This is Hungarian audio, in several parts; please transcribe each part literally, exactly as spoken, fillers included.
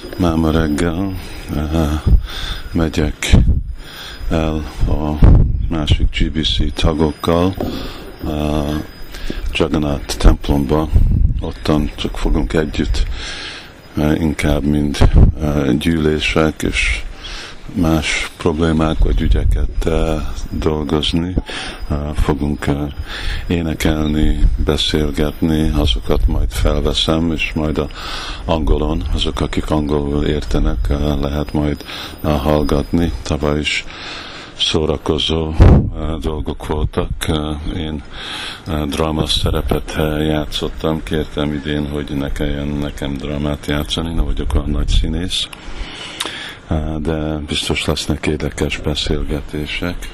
máma reggel uh, megyek el a másik gé bé cé tagokkal uh, Jagannath templomba, ottan csak fogunk együtt uh, inkább mind uh, gyűlések és más problémák vagy ügyeket uh, dolgozni. Uh, fogunk uh, énekelni, beszélgetni, azokat majd felveszem, és majd a angolon, azok, akik angolul értenek, uh, lehet majd uh, hallgatni. Tavaly is szórakozó uh, dolgok voltak. Uh, én uh, dráma szerepet uh, játszottam, kértem idén, hogy ne kelljen nekem drámát játszani, nem vagyok olyan nagy színész, uh, de biztos lesznek érdekes beszélgetések.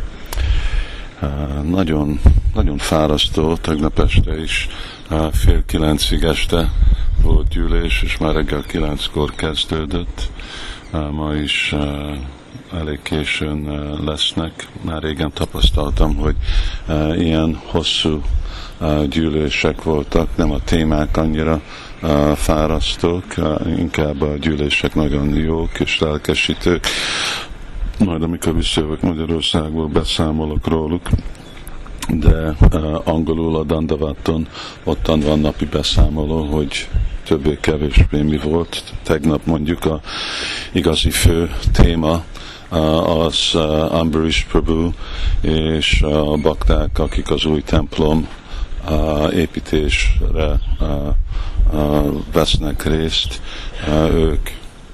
Uh, nagyon, nagyon fárasztó, tegnap este is uh, fél kilencig este volt gyűlés, és már reggel kilenckor kezdődött. Uh, ma is uh, elég későn uh, lesznek. Már régen tapasztaltam, hogy uh, ilyen hosszú uh, gyűlések voltak, nem a témák annyira uh, fárasztók, uh, inkább a gyűlések nagyon jók és lelkesítők. Majd amikor visszajövök Magyarországból, beszámolok róluk, de uh, angolul a Dandavaton ottan van napi beszámoló, hogy többé-kevésbé mi volt. Tegnap mondjuk a igazi fő téma uh, az uh, Ambarish Prabhu és a bakták, akik az új templom uh, építésre uh, uh, vesznek részt, uh, ők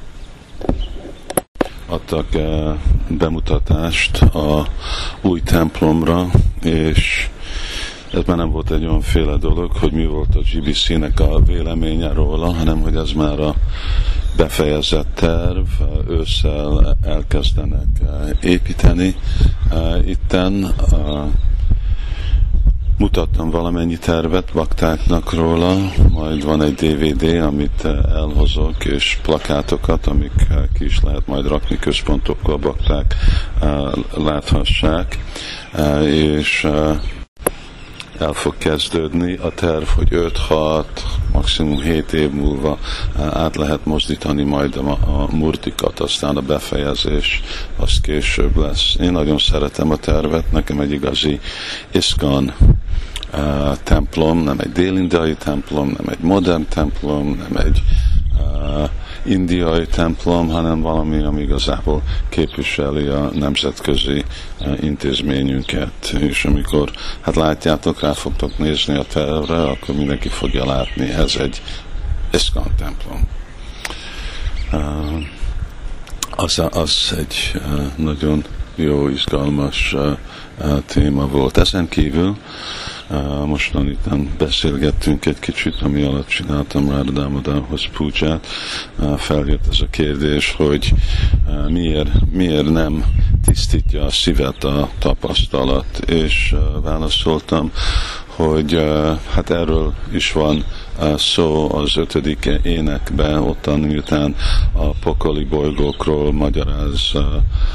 adtak uh, bemutatást a új templomra, és ez már nem volt egy olyan féle dolog, hogy mi volt a gé bé cé-nek a véleménye róla, hanem hogy ez már a befejezett terv, ősszel elkezdenek uh, építeni uh, itten. Uh, Mutattam valamennyi tervet baktáknak róla, majd van egy dé vé dé, amit elhozok, és plakátokat, amik ki is lehet majd rakni központokkal, bakták láthassák, és el fog kezdődni a terv, hogy öt-hat, maximum hét év múlva át lehet mozdítani majd a, a murtikat, aztán a befejezés az később lesz. Én nagyon szeretem a tervet, nekem egy igazi ISKCON uh, templom, nem egy dél-indiai templom, nem egy modern templom, nem egy uh, indiai templom, hanem valami, ami igazából képviseli a nemzetközi uh, intézményünket. És amikor hát látjátok, rá fogtok nézni a tervre, akkor mindenki fogja látni, ez egy ISKCON templom. Uh, az, az egy uh, nagyon jó, izgalmas uh, uh, téma volt. Ezen kívül Uh, mostan itt beszélgettünk egy kicsit, ami alatt csináltam Radha Damodarhoz púját. Uh, feljött ez a kérdés, hogy uh, miért, miért nem tisztítja a szívet a tapasztalat, és uh, válaszoltam, hogy uh, hát erről is van uh, szó az ötödik énekben, ottan miután a pokoli bolygókról magyaráz uh,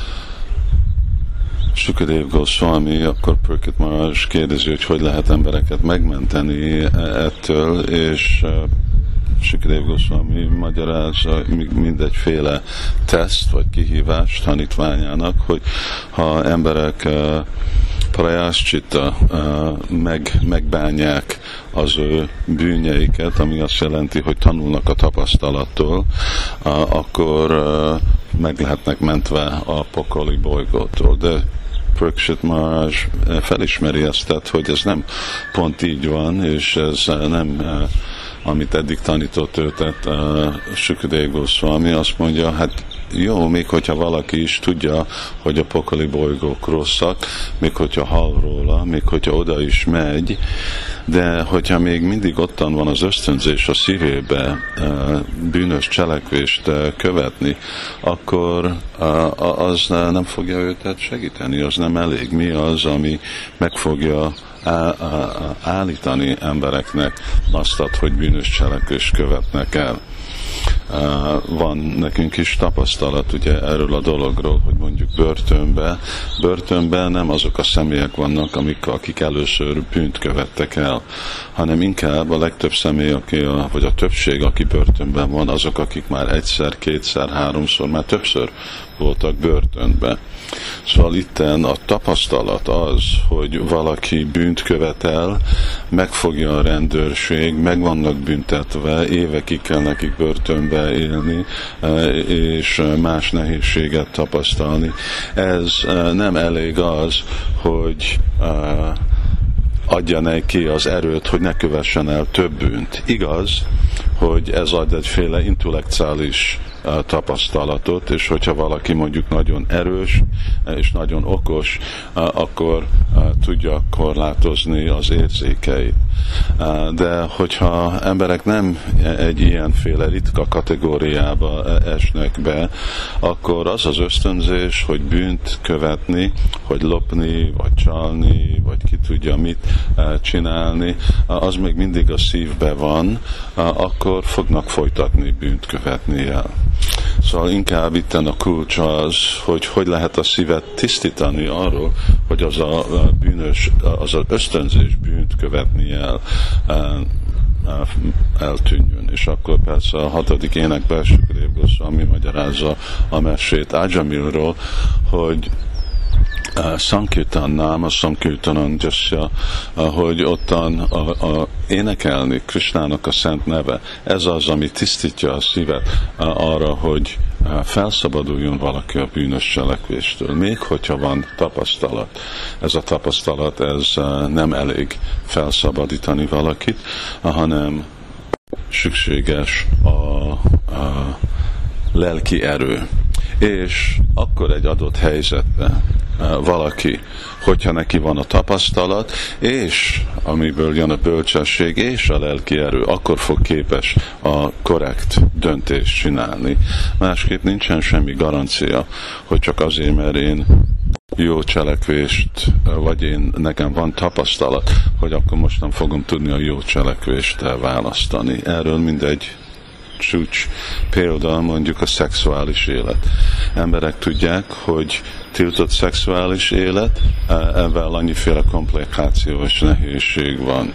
Sukadev Goswami, akkor Purkit Maharaj kérdezi, hogy hogy lehet embereket megmenteni ettől, és uh, Sukadev Goswami magyarázza mindegyféle teszt vagy kihívás tanítványának, hogy ha emberek uh, prajáscsita uh, meg, megbánják az ő bűnjeiket, ami azt jelenti, hogy tanulnak a tapasztalattól, uh, akkor uh, meg lehetnek mentve a pokoli bolygótól. De Pariksit Maharaj felismeri ezt, hogy ez nem pont így van, és ez nem, amit eddig tanított őtet Sukadev Goswami, azt mondja, hát jó, még hogyha valaki is tudja, hogy a pokoli bolygók rosszak, még hogyha hall róla, még hogyha oda is megy, de hogyha még mindig ottan van az ösztönzés a szívébe bűnös cselekvést követni, akkor az nem fogja őt segíteni, az nem elég. Mi az, ami meg fogja állítani embereknek azt, hogy bűnös cselekvést követnek el? Van nekünk is tapasztalat ugye erről a dologról, hogy mondjuk börtönbe, börtönben nem azok a személyek vannak, amik, akik először bűnt követtek el, hanem inkább a legtöbb személy, aki a, vagy a többség, aki börtönben van, azok, akik már egyszer, kétszer, háromszor, már többször voltak börtönbe. Szóval itten a tapasztalat az, hogy valaki bűnt követel, megfogja a rendőrség, meg vannak büntetve, évekig kell nekik börtönbe élni, és más nehézséget tapasztalni. Ez nem elég az, hogy adja neki az erőt, hogy ne kövessen el több bűnt. Igaz, hogy ez ad egyféle intellektuális tapasztalatot, és hogyha valaki mondjuk nagyon erős és nagyon okos, akkor tudja korlátozni az érzékeit. De hogyha emberek nem egy ilyenféle ritka kategóriába esnek be, akkor az az ösztönzés, hogy bűnt követni, hogy lopni, vagy csalni, vagy ki tudja mit csinálni, az még mindig a szívbe van, akkor fognak folytatni bűnt követni el. Szóval inkább itten a kulcs az, hogy hogy lehet a szívet tisztítani arról, hogy az a bűnös, az az ösztönzés bűnt követni el, eltűnjön. És akkor persze a hatodik énekben Sukadev Goswami magyarázza a mesét Ajamilról, hogy Uh, Sankirtan náma, Sankirtanan Jasya, uh, hogy ottan a, a, énekelni Krisnának a szent neve, ez az, ami tisztítja a szívet uh, arra, hogy uh, felszabaduljon valaki a bűnös cselekvéstől, még hogyha van tapasztalat. Ez a tapasztalat, ez uh, nem elég felszabadítani valakit, uh, hanem szükséges a, a lelki erő. És akkor egy adott helyzetben valaki, hogyha neki van a tapasztalat, és amiből jön a bölcsesség és a lelki erő, akkor fog képes a korrekt döntést csinálni. Másképp nincsen semmi garancia, hogy csak azért, mert én jó cselekvést, vagy én, nekem van tapasztalat, hogy akkor most nem fogom tudni a jó cselekvést választani. Erről mindegy csúcs példa mondjuk a szexuális élet. Emberek tudják, hogy tiltott szexuális élet, ebben annyiféle komplikáció és nehézség van.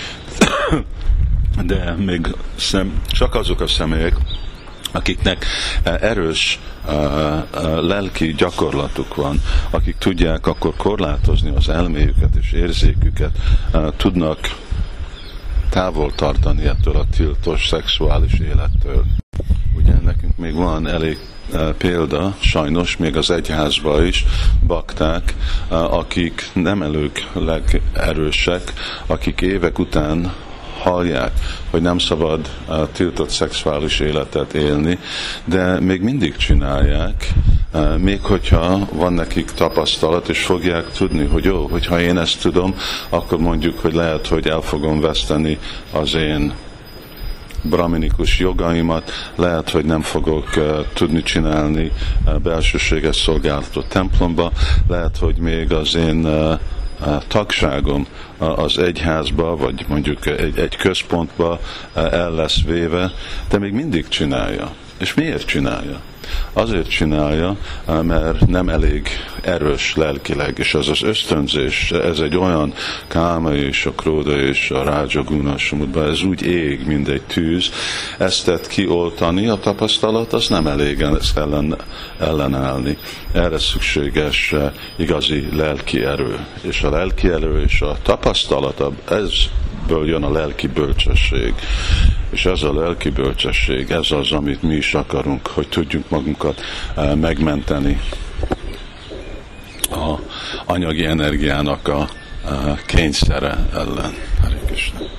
De még szem, csak azok a személyek, akiknek erős uh, uh, lelki gyakorlatuk van, akik tudják akkor korlátozni az elméjüket és érzéküket, uh, tudnak távol tartani ettől a tiltos szexuális élettől. Ugye nekünk még van elég uh, példa, sajnos még az egyházban is, bakták, uh, akik nem elég legerősek, akik évek után hallják, hogy nem szabad uh, tiltott szexuális életet élni, de még mindig csinálják, uh, még hogyha van nekik tapasztalat, és fogják tudni, hogy jó, hogyha én ezt tudom, akkor mondjuk, hogy lehet, hogy el fogom veszteni az én brahminikus jogaimat, lehet, hogy nem fogok uh, tudni csinálni uh, belsőséges szolgálatot templomba, lehet, hogy még az én uh, a tagságom az egyházba, vagy mondjuk egy, egy központba el lesz véve, de még mindig csinálja. És miért csinálja? Azért csinálja, mert nem elég erős lelkileg, és ez az ösztönzés, ez egy olyan káma és a króda és a rájaguna samudba, ez úgy ég, mint egy tűz, ezt tett kioltani a tapasztalat, az nem elég ezt ellen, ellenállni. Erre szükséges igazi lelki erő. És a lelki erő és a tapasztalat, ezből jön a lelki bölcsesség. És ez a lelki bölcsesség, ez az, amit mi is akarunk, hogy tudjunk magunkat megmenteni a anyagi energiának a kényszere ellen. Hare Krishna.